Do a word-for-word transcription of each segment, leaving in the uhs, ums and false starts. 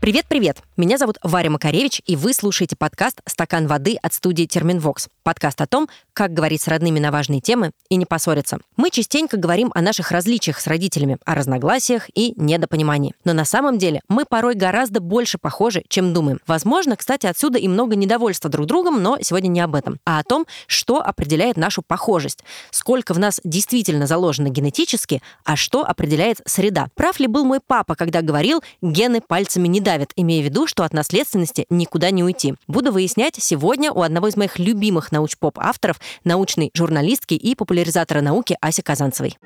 Привет-привет! Меня зовут Варя Макаревич, и вы слушаете подкаст «Стакан воды» от студии Терминвокс. Подкаст о том, как говорить с родными на важные темы и не поссориться. Мы частенько говорим о наших различиях с родителями, о разногласиях и недопонимании. Но на самом деле мы порой гораздо больше похожи, чем думаем. Возможно, кстати, отсюда и много недовольства друг другом, но сегодня не об этом, а о том, что определяет нашу похожесть, сколько в нас действительно заложено генетически, а что определяет среда. Прав ли был мой папа, когда говорил «гены пальцами не давят», имея в виду, что от наследственности никуда не уйти. Буду выяснять сегодня у одного из моих любимых науч-поп-авторов, научной журналистки и популяризатора науки Аси Казанцевой.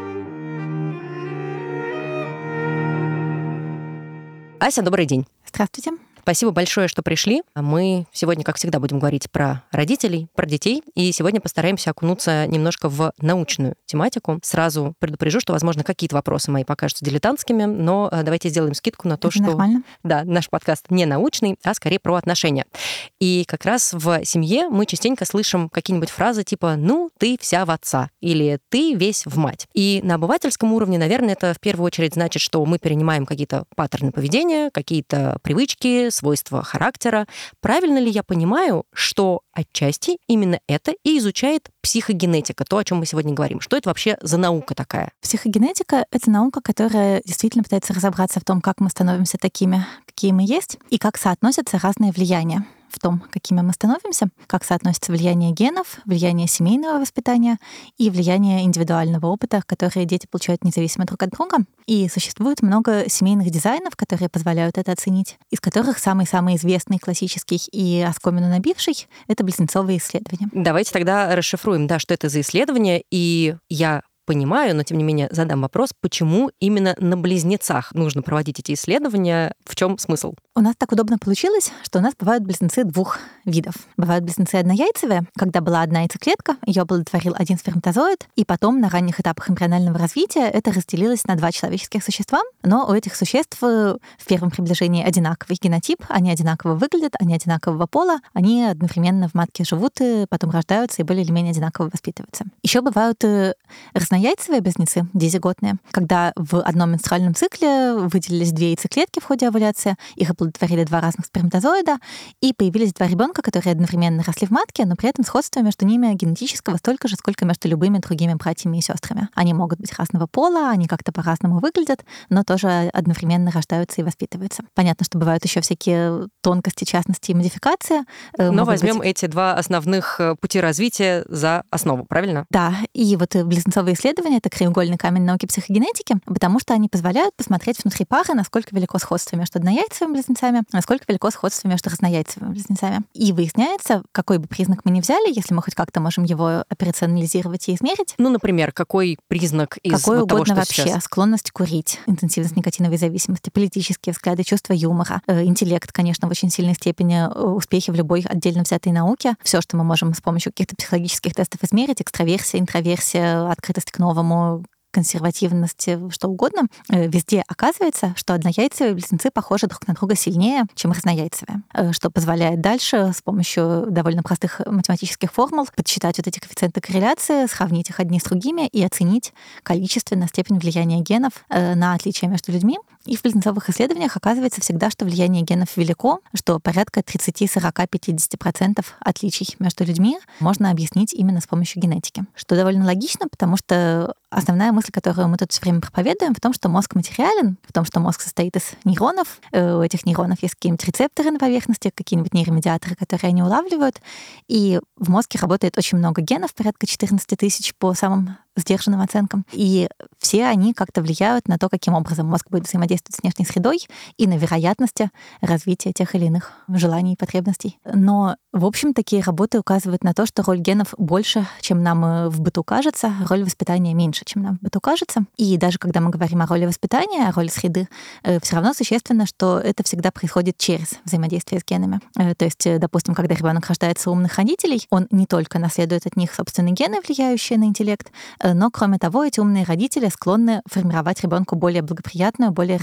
Ася, добрый день. Здравствуйте. Спасибо большое, что пришли. Мы сегодня, как всегда, будем говорить про родителей, про детей, и сегодня постараемся окунуться немножко в научную тематику. Сразу предупрежу, что, возможно, какие-то вопросы мои покажутся дилетантскими, но давайте сделаем скидку на то, Это что нормально. Да, наш подкаст не научный, а скорее про отношения. И как раз в семье мы частенько слышим какие-нибудь фразы типа «ну, ты вся в отца» или «ты весь в мать». И на обывательском уровне, наверное, это в первую очередь значит, что мы перенимаем какие-то паттерны поведения, какие-то привычки, свойства характера. Правильно ли я понимаю, что отчасти именно это и изучает психогенетика, то, о чем мы сегодня говорим? Что это вообще за наука такая? Психогенетика — это наука, которая действительно пытается разобраться в том, как мы становимся такими, какие мы есть, и как соотносятся разные влияния в том, какими мы становимся, как соотносится влияние генов, влияние семейного воспитания и влияние индивидуального опыта, которые дети получают независимо друг от друга. И существует много семейных дизайнов, которые позволяют это оценить, из которых самый-самый известный, классический и оскомину набивший — это близнецовые исследования. Давайте тогда расшифруем, да, что это за исследования, и я понимаю, но тем не менее задам вопрос, почему именно на близнецах нужно проводить эти исследования, в чем смысл? У нас так удобно получилось, что у нас бывают близнецы двух видов. Бывают близнецы однояйцевые, когда была одна яйцеклетка, ее оплодотворил один сперматозоид, и потом на ранних этапах эмбрионального развития это разделилось на два человеческих существа, но у этих существ в первом приближении одинаковый генотип, они одинаково выглядят, они одинакового пола, они одновременно в матке живут, и потом рождаются и более или менее одинаково воспитываются. Еще бывают разнояйцевые близнецы, дизиготные, когда в одном менструальном цикле выделились две яйцеклетки в ходе овуляции, их оплодотворили два разных сперматозоида, и появились два ребенка, которые одновременно росли в матке, но при этом сходства между ними генетического столько же, сколько между любыми другими братьями и сестрами. Они могут быть разного пола, они как-то по-разному выглядят, но тоже одновременно рождаются и воспитываются. Понятно, что бывают еще всякие тонкости, частности и модификации. Но возьмем быть... эти два основных пути развития за основу, правильно? Да, и вот близнецовые исследования — это краеугольный камень науки психогенетики, потому что они позволяют посмотреть внутри пары, насколько велико сходство между однояйцевыми близнецами, насколько велико сходство между разнояйцевыми близнецами. И выясняется, какой бы признак мы ни взяли, если мы хоть как-то можем его операционализировать и измерить. Ну, например, какой признак из какой вот того, угодно что вообще. Сейчас? Склонность курить, интенсивность никотиновой зависимости, политические взгляды, чувство юмора, э, интеллект, конечно, в очень сильной степени, э, успехи в любой отдельно взятой науке. Все, что мы можем с помощью каких-то психологических тестов измерить, экстраверсия, интроверсия, открытость к новому, консервативность, что угодно, везде оказывается, что однояйцевые близнецы похожи друг на друга сильнее, чем разнояйцевые, что позволяет дальше с помощью довольно простых математических формул подсчитать вот эти коэффициенты корреляции, сравнить их одни с другими и оценить количественно степень влияния генов на отличия между людьми. И в близнецовых исследованиях оказывается всегда, что влияние генов велико, что порядка тридцать, сорок, пятьдесят процентов отличий между людьми можно объяснить именно с помощью генетики. Что довольно логично, потому что основная мысль, которую мы тут все время проповедуем, в том, что мозг материален, в том, что мозг состоит из нейронов, у этих нейронов есть какие-нибудь рецепторы на поверхности, какие-нибудь нейромедиаторы, которые они улавливают, и в мозге работает очень много генов, порядка четырнадцать тысяч по самым сдержанным оценкам. И все они как-то влияют на то, каким образом мозг будет взаимодействовать с внешней средой и на вероятности развития тех или иных желаний и потребностей. Но, в общем, такие работы указывают на то, что роль генов больше, чем нам в быту кажется, роль воспитания меньше, чем нам в быту кажется. И даже когда мы говорим о роли воспитания, о роли среды, все равно существенно, что это всегда происходит через взаимодействие с генами. То есть, допустим, когда ребенок рождается у умных родителей, он не только наследует от них собственные гены, влияющие на интеллект, но, кроме того, эти умные родители склонны формировать ребенку более благоприятную, более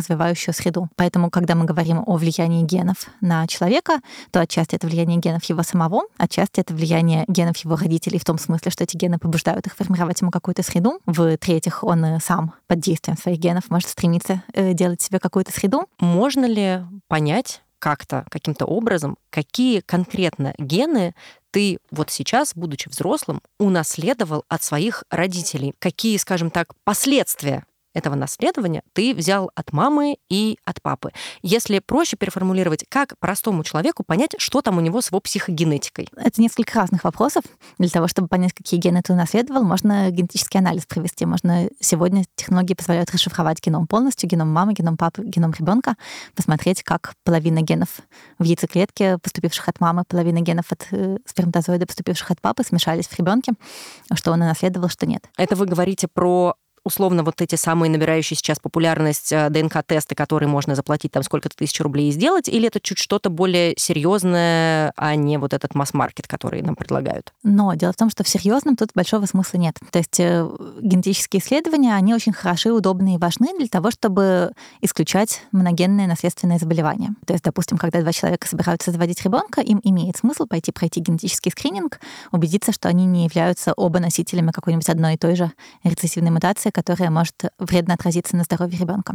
развивающую среду. Поэтому, когда мы говорим о влиянии генов на человека, то отчасти это влияние генов его самого, отчасти это влияние генов его родителей, в том смысле, что эти гены побуждают их формировать ему какую-то среду. В-третьих, он сам под действием своих генов может стремиться делать себе какую-то среду. Можно ли понять как-то, каким-то образом, какие конкретно гены ты вот сейчас, будучи взрослым, унаследовал от своих родителей? Какие, скажем так, последствия этого наследования ты взял от мамы и от папы? Если проще переформулировать, как простому человеку понять, что там у него с его психогенетикой? Это несколько разных вопросов. Для того, чтобы понять, какие гены ты унаследовал, можно генетический анализ провести. Можно сегодня технологии позволяют расшифровать геном полностью, геном мамы, геном папы, геном ребенка, посмотреть, как половина генов в яйцеклетке, поступивших от мамы, половина генов от сперматозоида, поступивших от папы, смешались в ребенке, что он унаследовал, что нет. Это вы говорите про условно вот эти самые набирающие сейчас популярность ДНК-тесты, которые можно заплатить там сколько-то тысяч рублей и сделать, или это чуть что-то более серьезное, а не вот этот масс-маркет, который нам предлагают? Но дело в том, что в серьезном тут большого смысла нет. То есть генетические исследования, они очень хороши, удобны и важны для того, чтобы исключать моногенные наследственные заболевания. То есть, допустим, когда два человека собираются заводить ребенка, им имеет смысл пойти пройти генетический скрининг, убедиться, что они не являются оба носителями какой-нибудь одной и той же рецессивной мутации, которая может вредно отразиться на здоровье ребенка.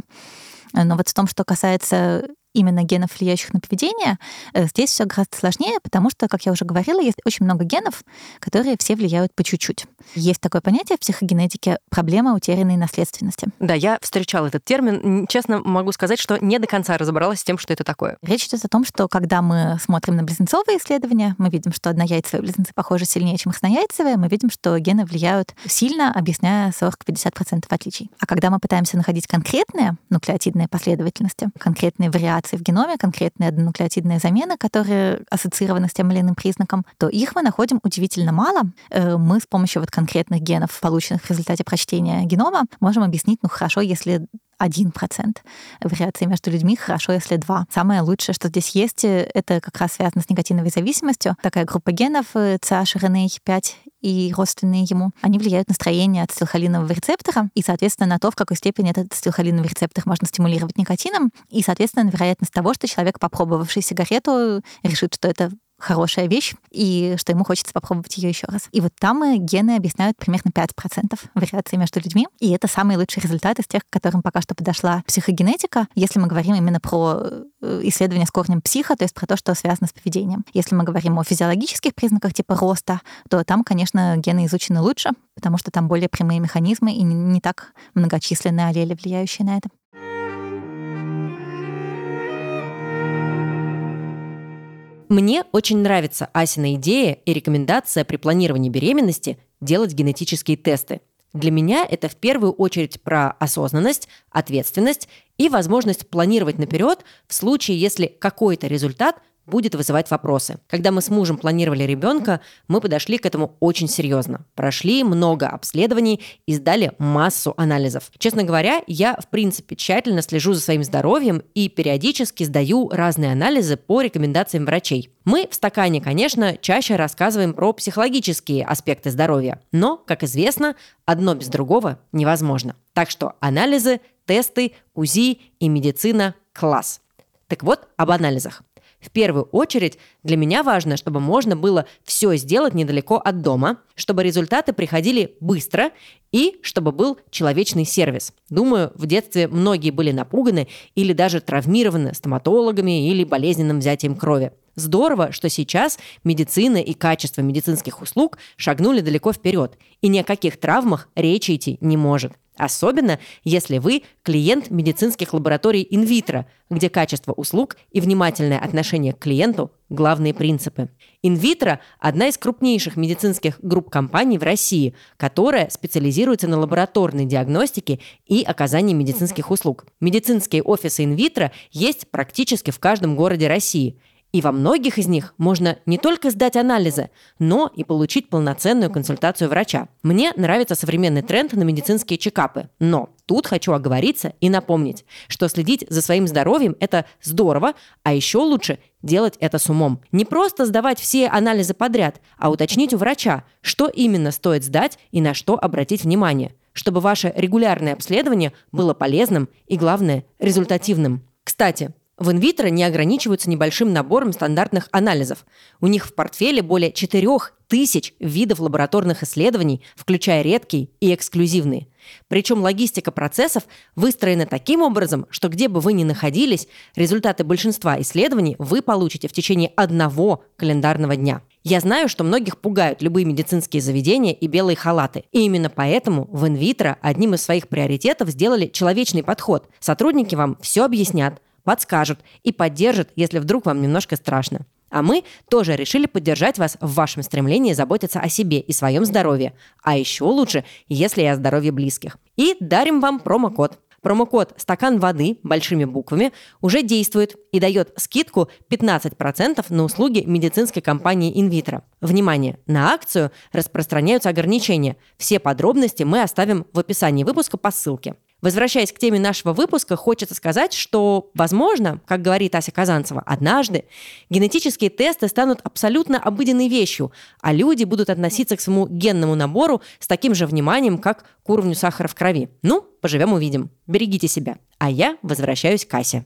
Но вот в том, что касается именно генов, влияющих на поведение, здесь все гораздо сложнее, потому что, как я уже говорила, есть очень много генов, которые все влияют по чуть-чуть. Есть такое понятие в психогенетике — проблема утерянной наследственности. Да, я встречала этот термин. Честно могу сказать, что не до конца разобралась с тем, что это такое. Речь идет о том, что когда мы смотрим на близнецовые исследования, мы видим, что однояйцевые близнецы похожи сильнее, чем ихнояйцевые, мы видим, что гены влияют сильно, объясняя сорок-пятьдесят процентов отличий. А когда мы пытаемся находить конкретные нуклеотидные последовательности, конкретные вариации в геноме, конкретные однонуклеотидные замены, которые ассоциированы с тем или иным признаком, то их мы находим удивительно мало. Мы с помощью вот конкретных генов, полученных в результате прочтения генома, можем объяснить, ну хорошо, если один процент вариаций между людьми, хорошо, если два. Самое лучшее, что здесь есть, это как раз связано с никотиновой зависимостью. Такая группа генов си эйч эр эн эй пять и родственные ему, они влияют на строение ацетилхолинового рецептора и, соответственно, на то, в какой степени этот ацетилхолиновый рецептор можно стимулировать никотином, и, соответственно, на вероятность того, что человек, попробовавший сигарету, решит, что это хорошая вещь, и что ему хочется попробовать ее еще раз. И вот там гены объясняют примерно пять процентов вариаций между людьми, и это самый лучший результат из тех, к которым пока что подошла психогенетика, если мы говорим именно про исследование с корнем психо, то есть про то, что связано с поведением. Если мы говорим о физиологических признаках типа роста, то там, конечно, гены изучены лучше, потому что там более прямые механизмы и не так многочисленные аллели, влияющие на это. Мне очень нравится Асина идея и рекомендация при планировании беременности делать генетические тесты. Для меня это в первую очередь про осознанность, ответственность и возможность планировать наперед в случае, если какой-то результат будет вызывать вопросы. Когда мы с мужем планировали ребенка, мы подошли к этому очень серьезно. Прошли много обследований и сдали массу анализов. Честно говоря, я, в принципе, тщательно слежу за своим здоровьем и периодически сдаю разные анализы по рекомендациям врачей. Мы в «Стакане», конечно, чаще рассказываем про психологические аспекты здоровья, но, как известно, одно без другого невозможно. Так что анализы, тесты, УЗИ и медицина – класс. Так вот, об анализах. В первую очередь для меня важно, чтобы можно было все сделать недалеко от дома, чтобы результаты приходили быстро и чтобы был человечный сервис. Думаю, в детстве многие были напуганы или даже травмированы стоматологами или болезненным взятием крови. Здорово, что сейчас медицина и качество медицинских услуг шагнули далеко вперед, и ни о каких травмах речи идти не может. Особенно, если вы клиент медицинских лабораторий инвитро, где качество услуг и внимательное отношение к клиенту – главные принципы. Инвитро – одна из крупнейших медицинских групп компаний в России, которая специализируется на лабораторной диагностике и оказании медицинских услуг. Медицинские офисы инвитро есть практически в каждом городе России. И во многих из них можно не только сдать анализы, но и получить полноценную консультацию врача. Мне нравится современный тренд на медицинские чекапы, но тут хочу оговориться и напомнить, что следить за своим здоровьем – это здорово, а еще лучше делать это с умом. Не просто сдавать все анализы подряд, а уточнить у врача, что именно стоит сдать и на что обратить внимание. чтобы ваше регулярное обследование было полезным и, главное, результативным. Кстати, в инвитро не ограничиваются небольшим набором стандартных анализов. У них в портфеле более четырех тысяч видов лабораторных исследований, включая редкие и эксклюзивные. Причем логистика процессов выстроена таким образом, что где бы вы ни находились, результаты большинства исследований вы получите в течение одного календарного дня. Я знаю, что многих пугают любые медицинские заведения и белые халаты. И именно поэтому в инвитро одним из своих приоритетов сделали человечный подход. Сотрудники вам все объяснят, подскажут и поддержат, если вдруг вам немножко страшно. А мы тоже решили поддержать вас в вашем стремлении заботиться о себе и своем здоровье. А еще лучше, если и о здоровье близких. И дарим вам промокод. Промокод «Стакан воды» большими буквами уже действует и дает скидку пятнадцать процентов на услуги медицинской компании инвитро. Внимание! На акцию распространяются ограничения. Все подробности мы оставим в описании выпуска по ссылке. Возвращаясь к теме нашего выпуска, хочется сказать, что, возможно, как говорит Ася Казанцева, однажды генетические тесты станут абсолютно обыденной вещью, а люди будут относиться к своему генному набору с таким же вниманием, как к уровню сахара в крови. Ну, поживем-увидим. Берегите себя. А я возвращаюсь к Асе.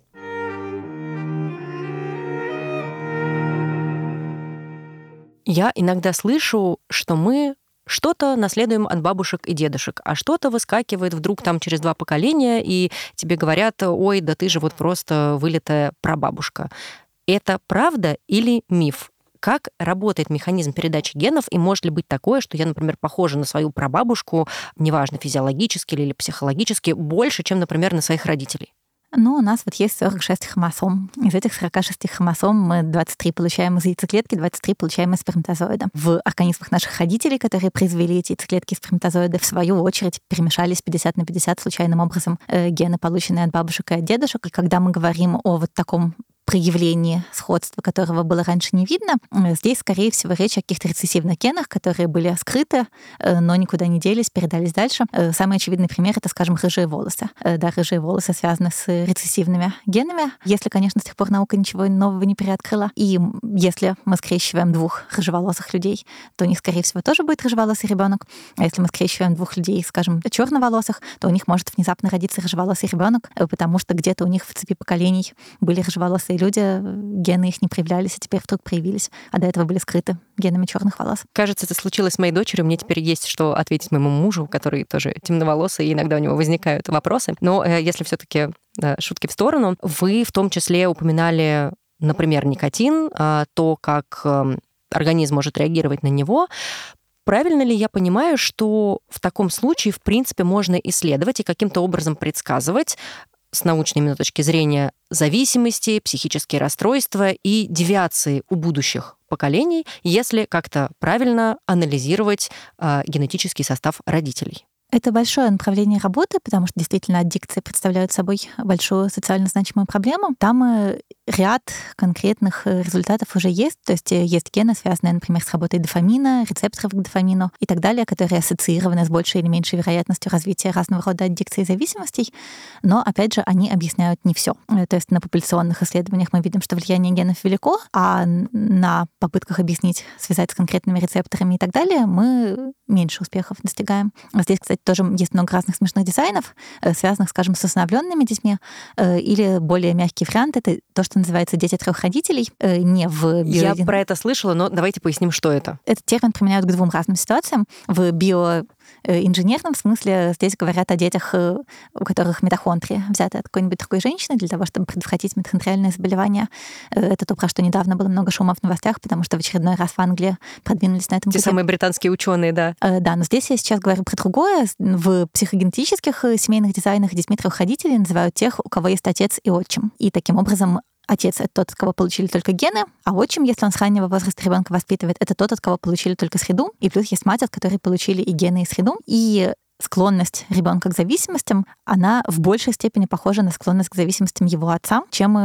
Я иногда слышу, что мы что-то наследуем от бабушек и дедушек, а что-то выскакивает вдруг там через два поколения, и тебе говорят: ой, да ты же вот просто вылитая прабабушка. Это правда или миф? Как работает механизм передачи генов, и может ли быть такое, что я, например, похожа на свою прабабушку, неважно, физиологически или психологически, больше, чем, например, на своих родителей? Ну, у нас вот есть сорок шесть хромосом. Из этих сорока шести хромосом мы двадцать три получаем из яйцеклетки, двадцать три получаем из сперматозоида. В организмах наших родителей, которые произвели эти яйцеклетки и сперматозоиды, в свою очередь перемешались пятьдесят на пятьдесят случайным образом э, гены, полученные от бабушек и от дедушек. И когда мы говорим о вот таком проявлении сходства, которого было раньше не видно, здесь, скорее всего, речь о каких-то рецессивных генах, которые были скрыты, но никуда не делись, передались дальше. Самый очевидный пример — это, скажем, рыжие волосы. Да, рыжие волосы связаны с рецессивными генами, если, конечно, с тех пор наука ничего нового не переоткрыла. И если мы скрещиваем двух рыжеволосых людей, то у них, скорее всего, тоже будет рыжеволосый ребенок. А если мы скрещиваем двух людей, скажем, черноволосых, то у них может внезапно родиться рыжеволосый ребенок, потому что где-то у них в цепи поколений были рыжеволосые люди, гены их не проявлялись, а теперь вдруг проявились, а до этого были скрыты генами черных волос. Кажется, это случилось с моей дочерью. Мне теперь есть что ответить моему мужу, который тоже темноволосый, и иногда у него возникают вопросы. Но если все-таки шутки в сторону, вы в том числе упоминали, например, никотин, то, как организм может реагировать на него. Правильно ли я понимаю, что в таком случае, в принципе, можно исследовать и каким-то образом предсказывать с научной именно точки зрения зависимости, психические расстройства и девиации у будущих поколений, если как-то правильно анализировать э, генетический состав родителей? Это большое направление работы, потому что действительно аддикции представляют собой большую социально значимую проблему. Там ряд конкретных результатов уже есть. То есть есть гены, связанные, например, с работой дофамина, рецепторов к дофамину и так далее, которые ассоциированы с большей или меньшей вероятностью развития разного рода аддикций и зависимостей. Но, опять же, они объясняют не все. То есть на популяционных исследованиях мы видим, что влияние генов велико, а на попытках объяснить, связать с конкретными рецепторами и так далее мы меньше успехов достигаем. Здесь, кстати, тоже есть много разных смешных дизайнов, связанных, скажем, с усыновленными детьми, или более мягкий вариант — это то, что называется «дети трех родителей», не в био... Я про это слышала, но давайте поясним, что это. Этот термин применяют к двум разным ситуациям. В биоинженерном смысле здесь говорят о детях, у которых митохондрии взяты от какой-нибудь другой женщины для того, чтобы предотвратить митохондриальные заболевания. Это то, про что недавно было много шума в новостях, потому что в очередной раз в Англии продвинулись на этом пути. Те самые британские ученые, да. Да, но здесь я сейчас говорю про другое. В психогенетических семейных дизайнах детьми трех родителей называют тех, у кого есть отец и отчим. И таким образом отец — это тот, от кого получили только гены, а отчим, если он с раннего возраста ребенка воспитывает, это тот, от кого получили только среду. И плюс есть мать, от которой получили и гены, и среду. И склонность ребенка к зависимостям, она в большей степени похожа на склонность к зависимостям его отца, чем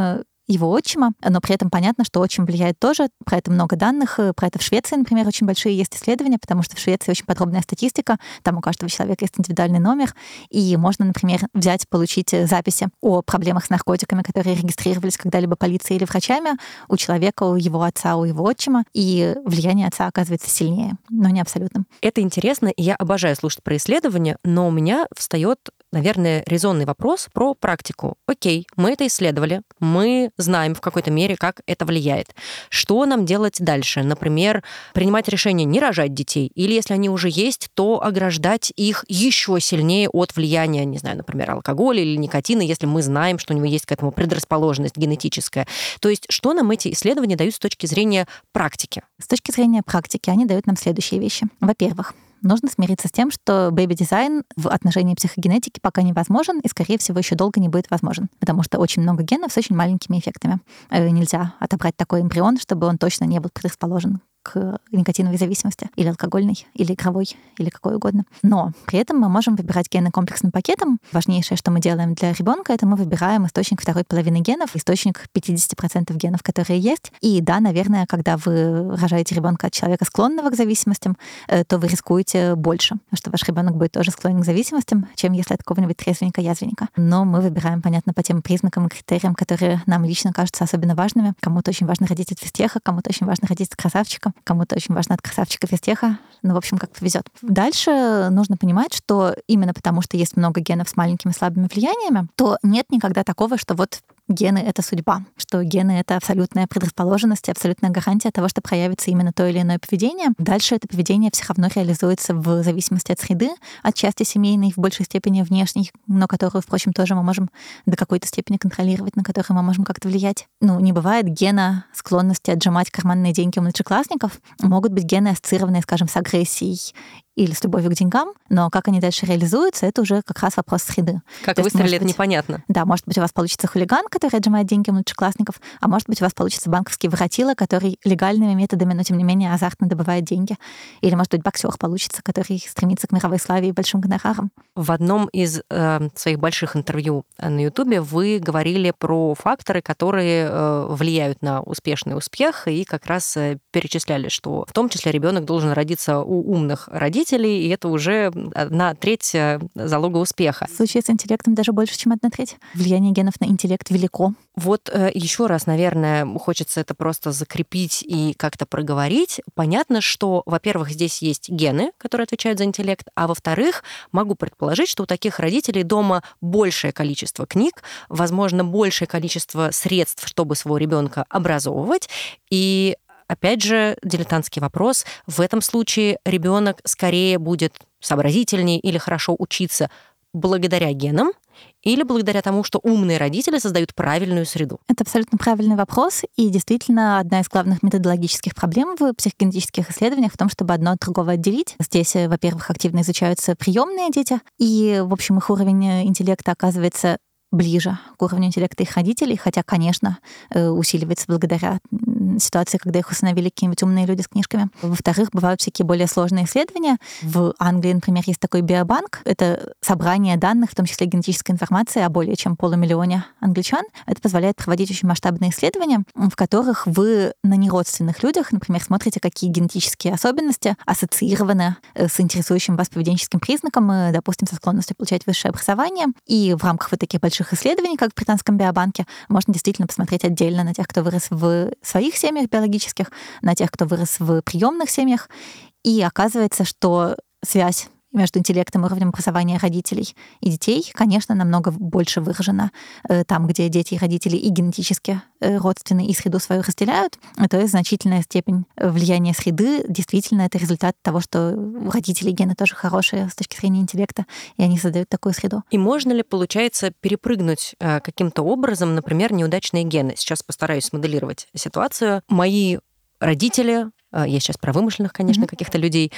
его отчима, но при этом понятно, что отчим влияет тоже. Про это много данных. Про это в Швеции, например, очень большие есть исследования, потому что в Швеции очень подробная статистика. Там у каждого человека есть индивидуальный номер, и можно, например, взять, получить записи о проблемах с наркотиками, которые регистрировались когда-либо полицией или врачами у человека, у его отца, у его отчима, и влияние отца оказывается сильнее, но не абсолютным. Это интересно, и я обожаю слушать про исследования, но у меня встает, наверное, резонный вопрос про практику. Окей, мы это исследовали, мы знаем в какой-то мере, как это влияет. Что нам делать дальше? Например, принимать решение не рожать детей, или если они уже есть, то ограждать их еще сильнее от влияния, не знаю, например, алкоголя или никотина, если мы знаем, что у него есть к этому предрасположенность генетическая. То есть что нам эти исследования дают с точки зрения практики? С точки зрения практики они дают нам следующие вещи. Во-первых, нужно смириться с тем, что бэйби-дизайн в отношении психогенетики пока невозможен и, скорее всего, еще долго не будет возможен, потому что очень много генов с очень маленькими эффектами. Нельзя отобрать такой эмбрион, чтобы он точно не был предрасположен к никотиновой зависимости, или алкогольной, или игровой, или какой угодно. Но при этом мы можем выбирать гены комплексным пакетом. Важнейшее, что мы делаем для ребенка, это мы выбираем источник второй половины генов, источник пятьдесят процентов генов, которые есть. И да, наверное, когда вы рожаете ребенка от человека, склонного к зависимостям, то вы рискуете больше, потому что ваш ребенок будет тоже склонен к зависимостям, чем если от какого-нибудь трезвенника-язвенника. Но мы выбираем, понятно, по тем признакам и критериям, которые нам лично кажутся особенно важными. Кому-то очень важно родить от физтеха, кому-то очень важно родить от красавчика, кому-то очень важно от красавчика физтеха. Ну, в общем, как повезет. Дальше нужно понимать, что именно потому, что есть много генов с маленькими слабыми влияниями, то нет никогда такого, что вот гены — это судьба, что гены — это абсолютная предрасположенность, абсолютная гарантия того, что проявится именно то или иное поведение. Дальше это поведение все равно реализуется в зависимости от среды, отчасти семейной, в большей степени внешней, но которую, впрочем, тоже мы можем до какой-то степени контролировать, на которую мы можем как-то влиять. Ну, не бывает гена склонности отжимать карманные деньги у младшеклассников. Могут быть гены, ассоциированные, скажем, с агрессией или с любовью к деньгам, но как они дальше реализуются, это уже как раз вопрос среды. Как выстрелит, непонятно. Да, может быть, у вас получится хулиган, который отжимает деньги у младшеклассников, а может быть, у вас получится банковский воротило, который легальными методами, но тем не менее азартно добывает деньги. Или, может быть, боксер получится, который стремится к мировой славе и большим гонорарам. В одном из э, своих больших интервью на Ютубе вы говорили про факторы, которые э, влияют на успешный успех, и как раз э, перечисляли, что в том числе ребенок должен родиться у умных родителей, и это уже одна треть залога успеха. В случае с интеллектом даже больше, чем одна треть. Влияние генов на интеллект велико. Вот э, еще раз, наверное, хочется это просто закрепить и как-то проговорить. Понятно, что, во-первых, здесь есть гены, которые отвечают за интеллект, а во-вторых, могу предположить, что у таких родителей дома большее количество книг, возможно, большее количество средств, чтобы своего ребенка образовывать, и опять же, дилетантский вопрос. В этом случае ребенок скорее будет сообразительнее или хорошо учиться благодаря генам или благодаря тому, что умные родители создают правильную среду? Это абсолютно правильный вопрос, и действительно одна из главных методологических проблем в психогенетических исследованиях в том, чтобы одно от другого отделить. Здесь, во-первых, активно изучаются приемные дети, и, в общем, их уровень интеллекта оказывается ближе к уровню интеллекта их родителей, хотя, конечно, усиливается благодаря ситуации, когда их усыновили какие-нибудь умные люди с книжками. Во-вторых, бывают всякие более сложные исследования. В Англии, например, есть такой биобанк. Это собрание данных, в том числе генетической информации о более чем полумиллионе англичан. Это позволяет проводить очень масштабные исследования, в которых вы на неродственных людях, например, смотрите, какие генетические особенности ассоциированы с интересующим вас поведенческим признаком, допустим, со склонностью получать высшее образование. И в рамках вот таких больших исследований, как в британском биобанке, можно действительно посмотреть отдельно на тех, кто вырос в своих семьях биологических, на тех, кто вырос в приемных семьях. И оказывается, что связь между интеллектом и уровнем образования родителей и детей, конечно, намного больше выражена там, где дети и родители и генетически родственны, и среду свою разделяют. То есть значительная степень влияния среды действительно это результат того, что у родителей гены тоже хорошие с точки зрения интеллекта, и они создают такую среду. И можно ли, получается, перепрыгнуть каким-то образом, например, неудачные гены? Сейчас постараюсь смоделировать ситуацию. Мои родители... Я сейчас про вымышленных, конечно, mm-hmm. каких-то людей.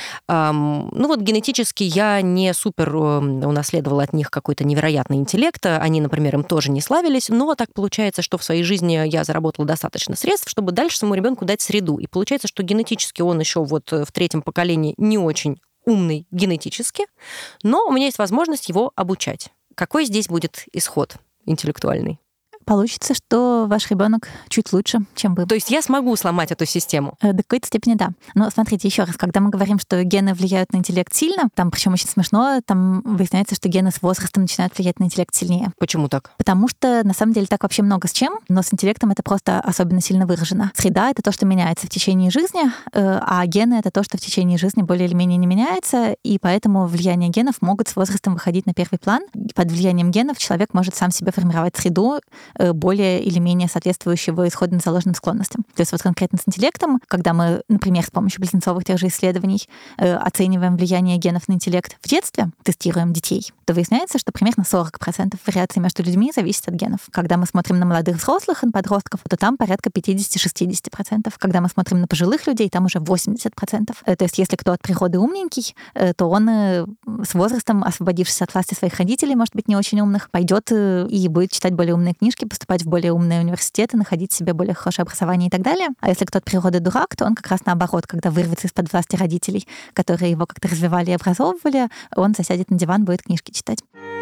Ну вот генетически я не супер унаследовала от них какой-то невероятный интеллект. Они, например, им тоже не славились. Но так получается, что в своей жизни я заработала достаточно средств, чтобы дальше своему ребенку дать среду. И получается, что генетически он еще вот в третьем поколении не очень умный генетически, но у меня есть возможность его обучать. Какой здесь будет исход интеллектуальный? получится, что ваш ребенок чуть лучше, чем вы. То есть я смогу сломать эту систему? До какой-то степени да. Но смотрите, еще раз, когда мы говорим, что гены влияют на интеллект сильно, там причем очень смешно, там выясняется, что гены с возрастом начинают влиять на интеллект сильнее. Почему так? Потому что на самом деле так вообще много с чем, но с интеллектом это просто особенно сильно выражено. Среда — это то, что меняется в течение жизни, а гены — это то, что в течение жизни более или менее не меняется, и поэтому влияние генов могут с возрастом выходить на первый план. Под влиянием генов человек может сам себе формировать среду более или менее соответствующую его исходно заложенным склонностям. То есть вот конкретно с интеллектом, когда мы, например, с помощью близнецовых тех же исследований оцениваем влияние генов на интеллект в детстве, тестируем детей, то выясняется, что примерно сорок процентов вариаций между людьми зависит от генов. Когда мы смотрим на молодых взрослых и на подростков, то там порядка пятьдесят-шестьдесят процентов. Когда мы смотрим на пожилых людей, там уже восемьдесят процентов. То есть если кто от природы умненький, то он с возрастом, освободившись от власти своих родителей, может быть, не очень умных, пойдет и будет читать более умные книжки, поступать в более умные университеты, находить себе более хорошее образование и так далее. А если кто от природы дурак, то он как раз наоборот, когда вырвется из-под власти родителей, которые его как-то развивали и образовывали, он засядет на диван, будет книжки читать.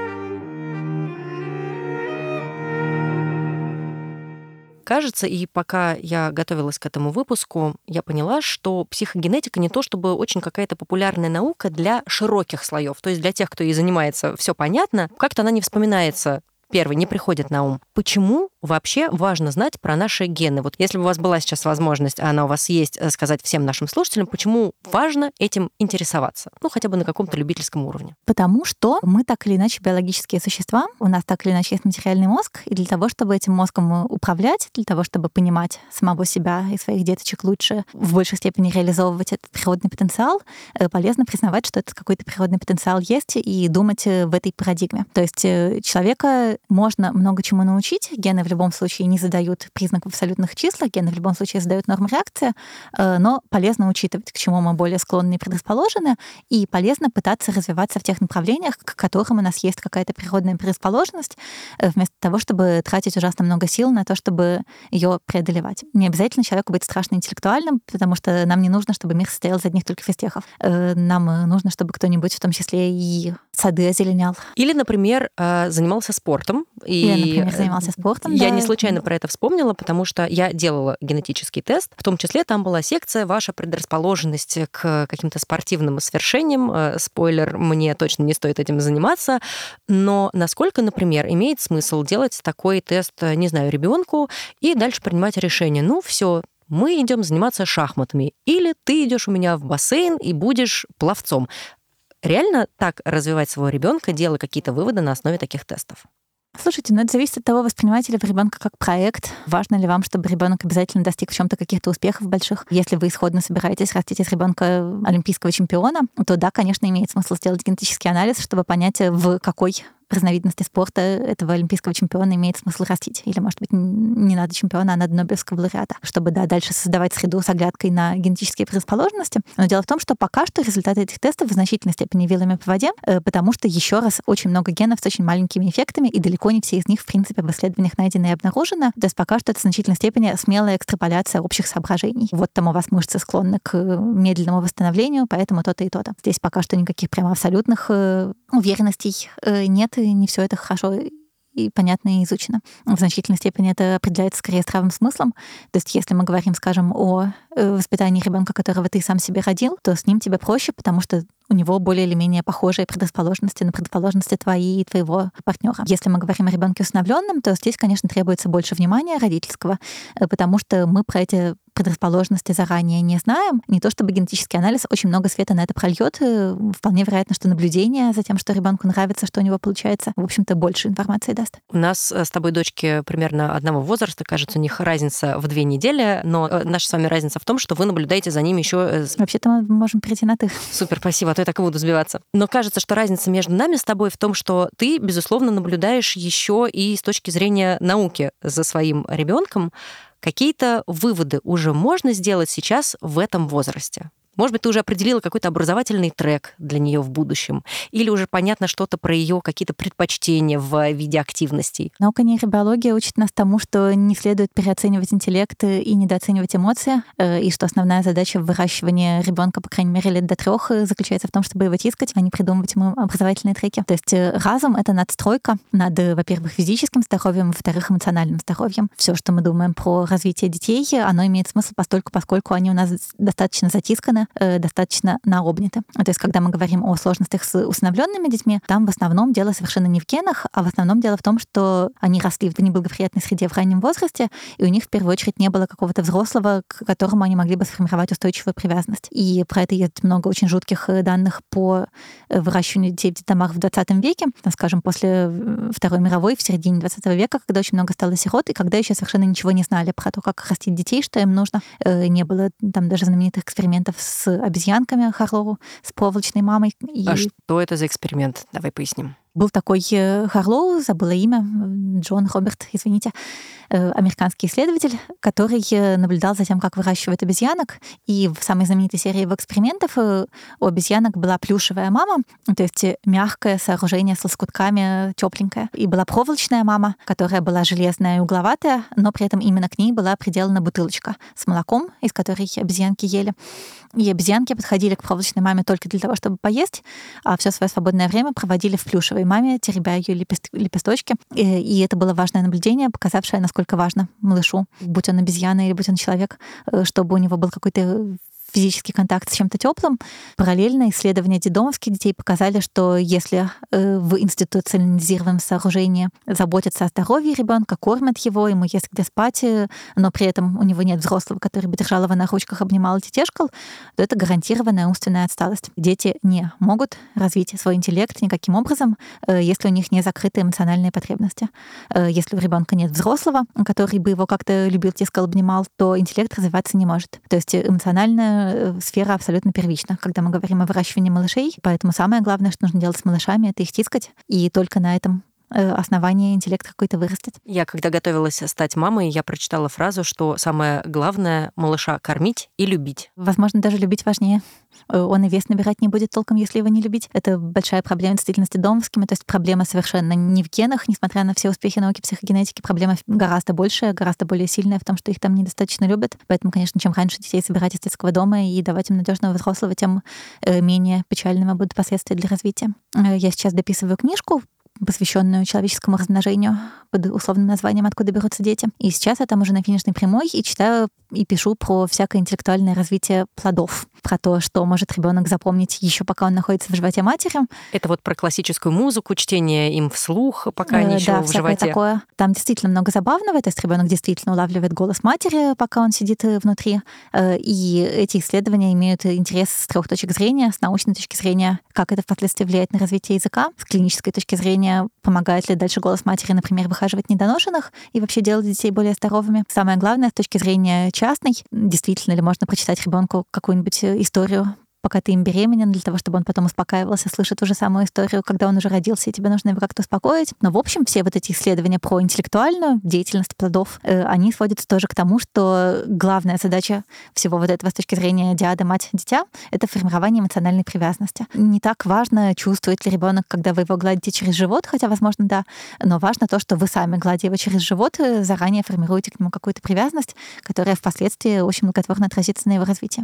Кажется, и пока я готовилась к этому выпуску, я поняла, что психогенетика не то чтобы очень какая-то популярная наука для широких слоев. То есть для тех, кто ей занимается, все понятно, как-то она не вспоминается. Первый, не приходит на ум. Почему вообще важно знать про наши гены? Вот если бы у вас была сейчас возможность, а она у вас есть, сказать всем нашим слушателям, почему важно этим интересоваться? Ну, хотя бы на каком-то любительском уровне. Потому что мы так или иначе биологические существа, у нас так или иначе есть материальный мозг, и для того, чтобы этим мозгом управлять, для того, чтобы понимать самого себя и своих деточек лучше, в большей степени реализовывать этот природный потенциал, полезно признавать, что этот какой-то природный потенциал есть, и думать в этой парадигме. То есть человека можно много чему научить. Гены в любом случае не задают признаков в абсолютных числах, гены в любом случае задают норму реакции, но полезно учитывать, к чему мы более склонны и предрасположены, и полезно пытаться развиваться в тех направлениях, к которым у нас есть какая-то природная предрасположенность, вместо того, чтобы тратить ужасно много сил на то, чтобы ее преодолевать. Не обязательно человеку быть страшно интеллектуальным, потому что нам не нужно, чтобы мир состоял из одних только физтехов. Нам нужно, чтобы кто-нибудь, в том числе и сады озеленял. Или, например, занимался спортом. И я, например, занимался спортом. Я да. не случайно про это вспомнила, потому что я делала генетический тест. В том числе там была секция «Ваша предрасположенность к каким-то спортивным свершениям». Спойлер, мне точно не стоит этим заниматься. Но насколько, например, имеет смысл делать такой тест, не знаю, ребенку и дальше принимать решение? Ну, все, мы идем заниматься шахматами. Или ты идешь у меня в бассейн и будешь пловцом. Реально так развивать своего ребенка, делая какие-то выводы на основе таких тестов? Слушайте, ну это зависит от того, воспринимаете ли вы ребенка как проект. Важно ли вам, чтобы ребенок обязательно достиг в чем-то каких-то успехов больших? Если вы исходно собираетесь растить из ребенка олимпийского чемпиона, то да, конечно, имеет смысл сделать генетический анализ, чтобы понять, в какой разновидности спорта этого олимпийского чемпиона имеет смысл растить. Или, может быть, не надо чемпиона, а надо Нобелевского лауреата, чтобы, да, дальше создавать среду с оглядкой на генетические предрасположенности. Но дело в том, что пока что результаты этих тестов в значительной степени вилами по воде, потому что, еще раз, очень много генов с очень маленькими эффектами, и далеко не все из них, в принципе, в исследованиях найдены и обнаружены. То есть пока что это в значительной степени смелая экстраполяция общих соображений. Вот там у вас мышцы склонны к медленному восстановлению, поэтому то-то и то-то. Здесь пока что никаких прямо абсолютных уверенностей нет, и не все это хорошо и понятно и изучено. В значительной степени это определяется скорее здравым смыслом. То есть если мы говорим, скажем, о воспитании ребенка, которого ты сам себе родил, то с ним тебе проще, потому что у него более или менее похожие предрасположенности на предрасположенности твои и твоего партнера. Если мы говорим о ребенке усыновленном, то здесь, конечно, требуется больше внимания родительского, потому что мы про эти предрасположенности заранее не знаем. Не то чтобы генетический анализ очень много света на это прольет. Вполне вероятно, что наблюдение за тем, что ребенку нравится, что у него получается, в общем-то, больше информации даст. У нас с тобой дочки примерно одного возраста, кажется, у них разница в две недели, но наша с вами разница в том, что вы наблюдаете за ними еще. Вообще-то мы можем перейти на «ты». Супер, спасибо, а то я так и буду сбиваться. Но кажется, что разница между нами с тобой в том, что ты, безусловно, наблюдаешь еще и с точки зрения науки за своим ребенком. Какие-то выводы уже можно сделать сейчас в этом возрасте? Может быть, ты уже определила какой-то образовательный трек для нее в будущем, или уже понятно что-то про ее какие-то предпочтения в виде активностей. Наука нейробиология учит нас тому, что не следует переоценивать интеллект и недооценивать эмоции, и что основная задача выращивания ребенка, по крайней мере, лет до трех, заключается в том, чтобы его тискать, а не придумывать ему образовательные треки. То есть разум — это надстройка над, во-первых, физическим здоровьем, во-вторых, эмоциональным здоровьем. Все, что мы думаем про развитие детей, оно имеет смысл постольку, поскольку они у нас достаточно затисканы, достаточно наобняты. То есть, когда мы говорим о сложностях с усыновленными детьми, там в основном дело совершенно не в генах, а в основном дело в том, что они росли в неблагоприятной среде в раннем возрасте, и у них в первую очередь не было какого-то взрослого, к которому они могли бы сформировать устойчивую привязанность. И про это есть много очень жутких данных по выращиванию детей в детдомах в двадцатом веке, скажем, после Второй мировой, в середине двадцатого века, когда очень много стало сирот, и когда еще совершенно ничего не знали про то, как растить детей, что им нужно. Не было там даже знаменитых экспериментов с обезьянками Харлоу, с проволочной мамой. И... А что это за эксперимент? Давай поясним. Был такой Харлоу, забыла имя, Джон Роберт, извините, американский исследователь, который наблюдал за тем, как выращивают обезьянок. И в самой знаменитой серии его экспериментов у обезьянок была плюшевая мама, то есть мягкое сооружение с лоскутками, тепленькое. И была проволочная мама, которая была железная и угловатая, но при этом именно к ней была приделана бутылочка с молоком, из которой обезьянки ели. И обезьянки подходили к проволочной маме только для того, чтобы поесть, а все свое свободное время проводили в плюшевой маме, теребя ее лепесточки. И, и это было важное наблюдение, показавшее, насколько важно малышу, будь он обезьяна или будь он человек, чтобы у него был какой-то физический контакт с чем-то теплым. Параллельно исследования детдомовских детей показали, что если в институционализированном сооружении заботятся о здоровье ребенка, кормят его, ему есть где спать, но при этом у него нет взрослого, который бы держал его на ручках, обнимал и тешкал, то это гарантированная умственная отсталость. Дети не могут развить свой интеллект никаким образом, если у них не закрыты эмоциональные потребности. Если у ребенка нет взрослого, который бы его как-то любил, тискал, обнимал, то интеллект развиваться не может. То есть эмоциональная сфера абсолютно первична, когда мы говорим о выращивании малышей. Поэтому самое главное, что нужно делать с малышами, это их тискать. И только на этом основании интеллект какой-то вырастет. Я, когда готовилась стать мамой, я прочитала фразу, что самое главное — малыша кормить и любить. Возможно, даже любить важнее. Он и вес набирать не будет толком, если его не любить. Это большая проблема действительно с детдомовскими, то есть проблема совершенно не в генах, несмотря на все успехи науки психогенетики, проблема гораздо большая, гораздо более сильная в том, что их там недостаточно любят. Поэтому, конечно, чем раньше детей собирать из детского дома и давать им надежного взрослого, тем менее печальными будут последствия для развития. Я сейчас дописываю книжку, посвященную человеческому размножению под условным названием «Откуда берутся дети». И сейчас я там уже на финишной прямой и читаю и пишу про всякое интеллектуальное развитие плодов, про то, что может ребенок запомнить еще пока он находится в животе матери. Это вот про классическую музыку, чтение им вслух, пока они еще да, в животе. Такое. Там действительно много забавного, то есть ребенок действительно улавливает голос матери, пока он сидит внутри. И эти исследования имеют интерес с трех точек зрения: с научной точки зрения, как это впоследствии влияет на развитие языка, с клинической точки зрения, помогает ли дальше голос матери, например, выхаживать недоношенных и вообще делать детей более здоровыми. Самое главное, с точки зрения частной, действительно ли можно прочитать ребенку какую-нибудь историю, пока ты им беременен, для того, чтобы он потом успокаивался, слышит ту же самую историю, когда он уже родился, и тебе нужно его как-то успокоить. Но, в общем, все вот эти исследования про интеллектуальную деятельность плодов, э, они сводятся тоже к тому, что главная задача всего вот этого с точки зрения диада мать-дитя — это формирование эмоциональной привязанности. Не так важно, чувствует ли ребенок, когда вы его гладите через живот, хотя, возможно, да, но важно то, что вы сами, гладя его через живот, заранее формируете к нему какую-то привязанность, которая впоследствии очень благотворно отразится на его развитии.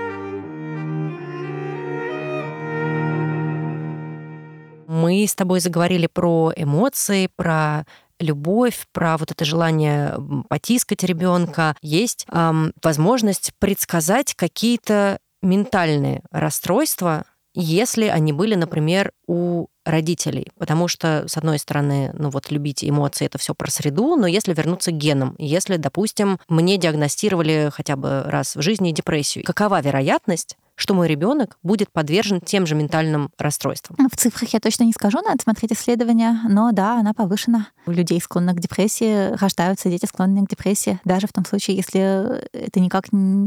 Мы с тобой заговорили про эмоции, про любовь, про вот это желание потискать ребенка. Есть эм, возможность предсказать какие-то ментальные расстройства, если они были, например, у родителей. Потому что, с одной стороны, ну вот любить эмоции — это все про среду, но если вернуться к генам, если, допустим, мне диагностировали хотя бы раз в жизни депрессию, какова вероятность, что мой ребенок будет подвержен тем же ментальным расстройствам? В цифрах я точно не скажу, надо смотреть исследования, но да, она повышена. У людей, склонных к депрессии, рождаются дети, склонные к депрессии, даже в том случае, если это никак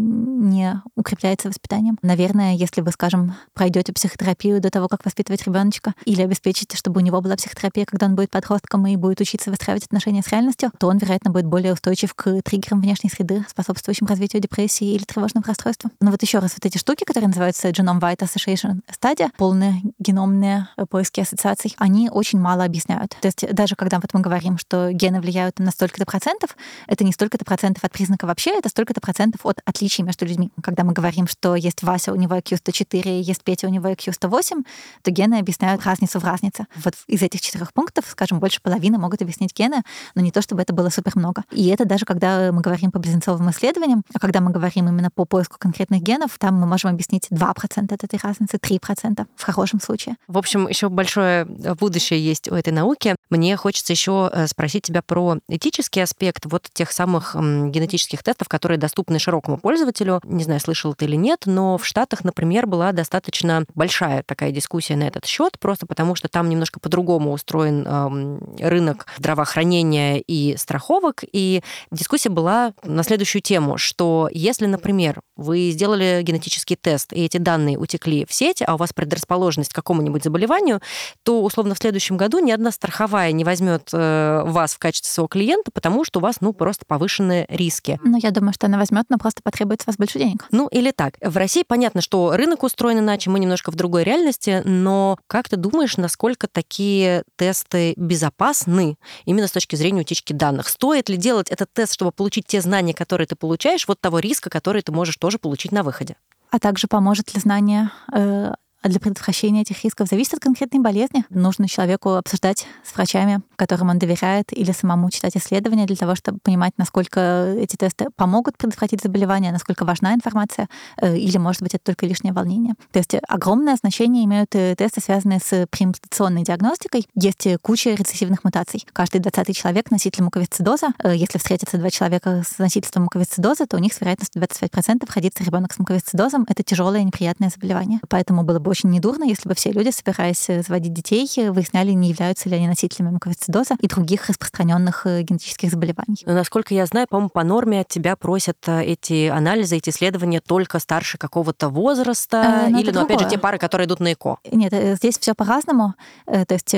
не укрепляется воспитанием. Наверное, если вы, скажем, пройдете психотерапию до того, как воспитывать ребеночка, или обеспечите, чтобы у него была психотерапия, когда он будет подростком и будет учиться выстраивать отношения с реальностью, то он, вероятно, будет более устойчив к триггерам внешней среды, способствующим развитию депрессии или тревожного расстройства. Но вот еще раз, вот эти штуки, которые называются Genome-Wide Association Study, полные геномные поиски ассоциаций, они очень мало объясняют. То есть даже когда вот мы говорим, что гены влияют на столько-то процентов, это не столько-то процентов от признака вообще, это столько-то процентов от отличий между людьми. Когда мы говорим, что есть Вася, у него ай кью сто четыре, есть Петя, у него ай кью сто восемь, то гены объясняют разницу в разнице. Вот из этих четырех пунктов, скажем, больше половины могут объяснить гены, но не то, чтобы это было супер много. И это даже когда мы говорим по близнецовым исследованиям, а когда мы говорим именно по поиску конкретных генов, там мы можем объяснить два процента от этой разницы, три процента в хорошем случае. В общем, еще большое будущее есть у этой науки. Мне хочется еще спросить тебя про этический аспект вот тех самых генетических тестов, которые доступны широкому пользователю. Не знаю, слышал ты или нет, но в Штатах, например, была достаточно большая такая дискуссия на этот счет, просто потому что там немножко по-другому устроен эм, рынок здравоохранения и страховок, и дискуссия была на следующую тему, что если, например, вы сделали генетический тест, и эти данные утекли в сеть, а у вас предрасположенность к какому-нибудь заболеванию, то, условно, в следующем году ни одна страховая не возьмет э, вас в качестве своего клиента, потому что у вас, ну, просто повышенные риски. Ну, я думаю, что она возьмет, но просто потребует с вас больше денег. Ну, или так. В России понятно, что рынок устроен иначе, мы немножко в другой реальности, но как ты думаешь, насколько такие тесты безопасны именно с точки зрения утечки данных? Стоит ли делать этот тест, чтобы получить те знания, которые ты получаешь, вот того риска, который ты можешь тоже получить на выходе? А также поможет ли знание э, для предотвращения этих рисков? Зависит от конкретной болезни. Нужно человеку обсуждать с врачами, которым он доверяет, или самому читать исследования для того, чтобы понимать, насколько эти тесты помогут предотвратить заболевание, насколько важна информация, э, или, может быть, это только лишнее волнение. То есть огромное значение имеют тесты, связанные с преимплантационной диагностикой. Есть куча рецессивных мутаций. Каждый двадцатый человек — носитель муковисцидоза. Если встретятся два человека с носительством муковисцидоза, то у них с вероятностью двадцать пять процентов родится ребенок с муковисцидозом. Это тяжелое и неприятное заболевание. Поэтому было бы очень недурно, если бы все люди, собираясь заводить детей, выясняли, не являются ли они носителями муковисцидоза и других распространенных генетических заболеваний. Но, насколько я знаю, по-моему, по норме от тебя просят эти анализы, эти исследования только старше какого-то возраста, а, или, ну, опять же, те пары, которые идут на ЭКО. Нет, здесь все по-разному. То есть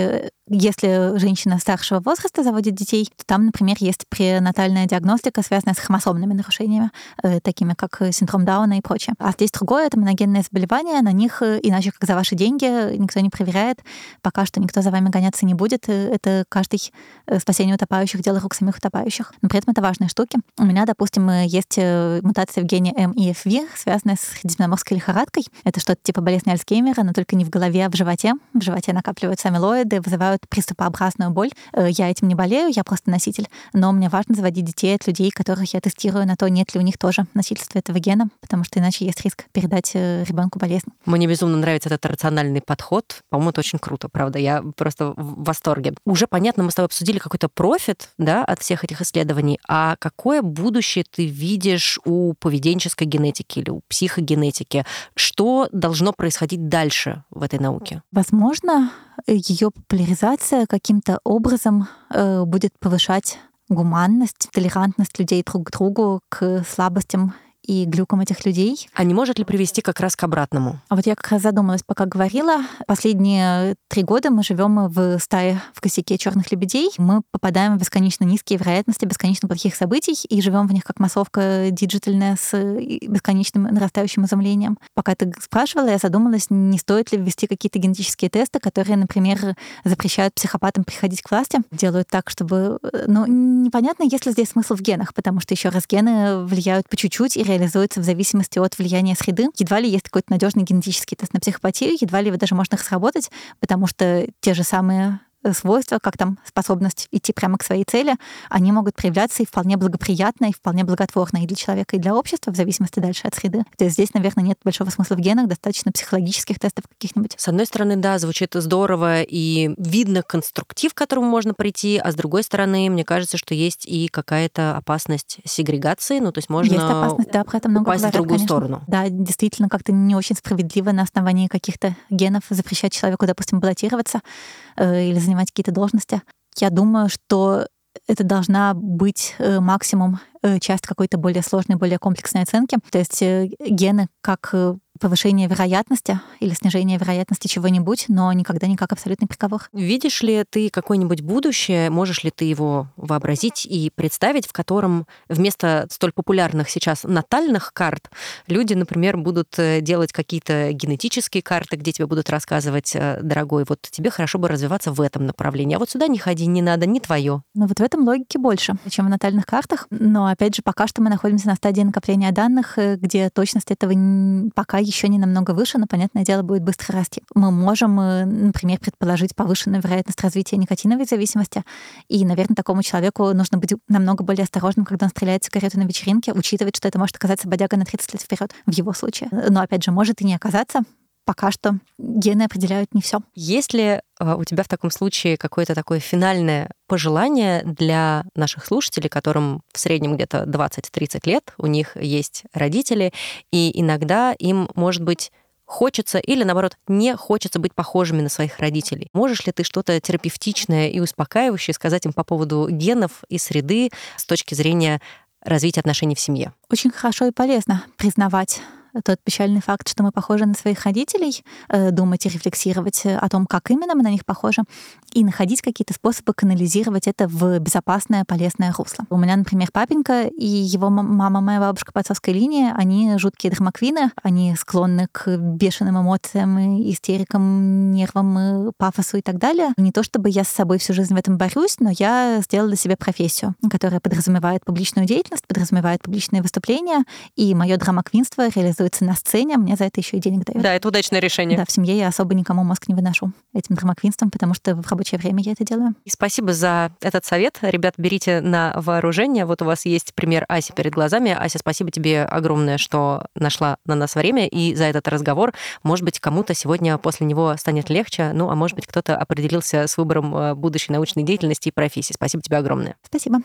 если женщина старшего возраста заводит детей, то там, например, есть пренатальная диагностика, связанная с хромосомными нарушениями, такими как синдром Дауна и прочее. А здесь другое — это моногенные заболевания, на них, иначе как за ваши деньги, никто не проверяет. Пока что никто за вами гоняться не будет. Это каждый спасение утопающих — дело рук самих утопающих. Но при этом это важные штуки. У меня, допустим, есть мутация в гене эм и эф ви, связанная с средиземноморской лихорадкой. Это что-то типа болезни Альцгеймера, но только не в голове, а в животе. В животе накапливаются амилоиды, вызывают приступообразную боль. Я этим не болею, я просто носитель. Но мне важно заводить детей от людей, которых я тестирую на то, нет ли у них тоже носительства этого гена, потому что иначе есть риск передать ребенку болезнь. Мне безумно нравится этот рациональный подход. По-моему, это очень круто, правда. Я просто в восторге. Уже понятно, мы с тобой обсудили какой-то профит, да, от всех этих исследований. А какое будущее ты видишь у поведенческой генетики или у психогенетики? Что должно происходить дальше в этой науке? Возможно, ее популяризация каким-то образом э, будет повышать гуманность, толерантность людей друг к другу, к слабостям и глюкам этих людей. А не может ли привести как раз к обратному? А вот я как раз задумалась, пока говорила. Последние три года мы живем в стае, в косяке черных лебедей. Мы попадаем в бесконечно низкие вероятности бесконечно плохих событий и живем в них как массовка диджитальная с бесконечным нарастающим изумлением. Пока ты спрашивала, я задумалась, не стоит ли ввести какие-то генетические тесты, которые, например, запрещают психопатам приходить к власти, делают так, чтобы... Ну, непонятно, есть ли здесь смысл в генах, потому что, еще раз, гены влияют по чуть-чуть и реализуется в зависимости от влияния среды. Едва ли есть какой-то надежный генетический тест на психопатию, едва ли даже можно их сработать, потому что те же самые свойства, как там способность идти прямо к своей цели, они могут проявляться и вполне благоприятно, и вполне благотворно и для человека, и для общества, в зависимости дальше от среды. То есть здесь, наверное, нет большого смысла в генах, достаточно психологических тестов каких-нибудь. С одной стороны, да, звучит здорово, и видно конструктив, к которому можно прийти, а с другой стороны, мне кажется, что есть и какая-то опасность сегрегации, ну, то есть можно есть опасность, да, про это много упасть говорят, в другую конечно. сторону. Да, действительно, как-то не очень справедливо на основании каких-то генов запрещать человеку, допустим, баллотироваться э, или занимать какие-то должности. Я думаю, что это должна быть максимум часть какой-то более сложной, более комплексной оценки. То есть гены как повышение вероятности или снижение вероятности чего-нибудь, но никогда не как абсолютный приговор. Видишь ли ты какое-нибудь будущее, можешь ли ты его вообразить и представить, в котором вместо столь популярных сейчас натальных карт люди, например, будут делать какие-то генетические карты, где тебе будут рассказывать: дорогой, вот тебе хорошо бы развиваться в этом направлении, а вот сюда не ходи, не надо, не твое. Ну вот в этом логике больше, чем в натальных картах. Но опять же, пока что мы находимся на стадии накопления данных, где точность этого пока еще не намного выше, но, понятное дело, будет быстро расти. Мы можем, например, предположить повышенную вероятность развития никотиновой зависимости, и, наверное, такому человеку нужно быть намного более осторожным, когда он стреляет сигарету на вечеринке, учитывать, что это может оказаться бодяга на тридцать лет вперед в его случае. Но, опять же, может и не оказаться. Пока что гены определяют не все. Есть ли у тебя в таком случае какое-то такое финальное пожелание для наших слушателей, которым в среднем где-то двадцать-тридцать лет, у них есть родители, и иногда им, может быть, хочется или, наоборот, не хочется быть похожими на своих родителей? Можешь ли ты что-то терапевтичное и успокаивающее сказать им по поводу генов и среды с точки зрения развития отношений в семье? Очень хорошо и полезно признавать тот печальный факт, что мы похожи на своих родителей, думать и рефлексировать о том, как именно мы на них похожи, и находить какие-то способы канализировать это в безопасное, полезное русло. У меня, например, папенька и его мама, моя бабушка по отцовской линии, они жуткие драмаквины, они склонны к бешеным эмоциям, истерикам, нервам, пафосу и так далее. Не то чтобы я с собой всю жизнь в этом борюсь, но я сделала для себя профессию, которая подразумевает публичную деятельность, подразумевает публичные выступления, и мое драмаквинство реализуется на сцене, мне за это еще и денег дают. Да, это удачное решение. Да, в семье я особо никому мозг не выношу этим драмаквинством, потому что в рабочее время я это делаю. И спасибо за этот совет. Ребят, берите на вооружение. Вот у вас есть пример Аси перед глазами. Ася, спасибо тебе огромное, что нашла на нас время и за этот разговор. Может быть, кому-то сегодня после него станет легче, ну, а может быть, кто-то определился с выбором будущей научной деятельности и профессии. Спасибо тебе огромное. Спасибо.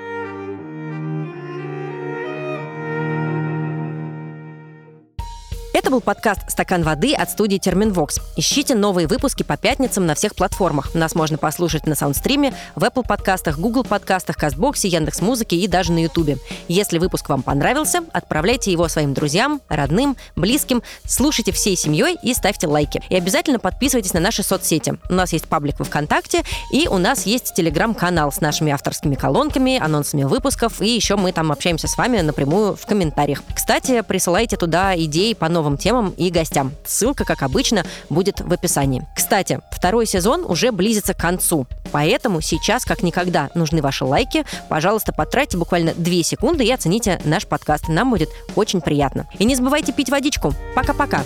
Это был подкаст «Стакан воды» от студии Терминвокс. Ищите новые выпуски по пятницам на всех платформах. Нас можно послушать на Саундстриме, в Apple подкастах, Google подкастах, Кастбоксе, Яндекс.Музыке и даже на Ютубе. Если выпуск вам понравился, отправляйте его своим друзьям, родным, близким, слушайте всей семьей и ставьте лайки. И обязательно подписывайтесь на наши соцсети. У нас есть паблик во ВКонтакте, и у нас есть телеграм-канал с нашими авторскими колонками, анонсами выпусков, и еще мы там общаемся с вами напрямую в комментариях. Кстати, присылайте туда идеи по новым темам и гостям. Ссылка, как обычно, будет в описании. Кстати, второй сезон уже близится к концу, поэтому сейчас, как никогда, нужны ваши лайки. Пожалуйста, потратьте буквально две секунды и оцените наш подкаст. Нам будет очень приятно. И не забывайте пить водичку. Пока-пока!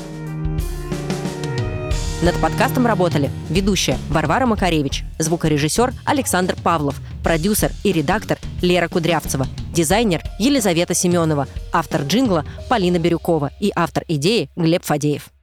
Над подкастом работали ведущая Варвара Макаревич, звукорежиссер Александр Павлов, продюсер и редактор Лера Кудрявцева, дизайнер Елизавета Семенова, автор джингла Полина Бирюкова и автор идеи Глеб Фадеев.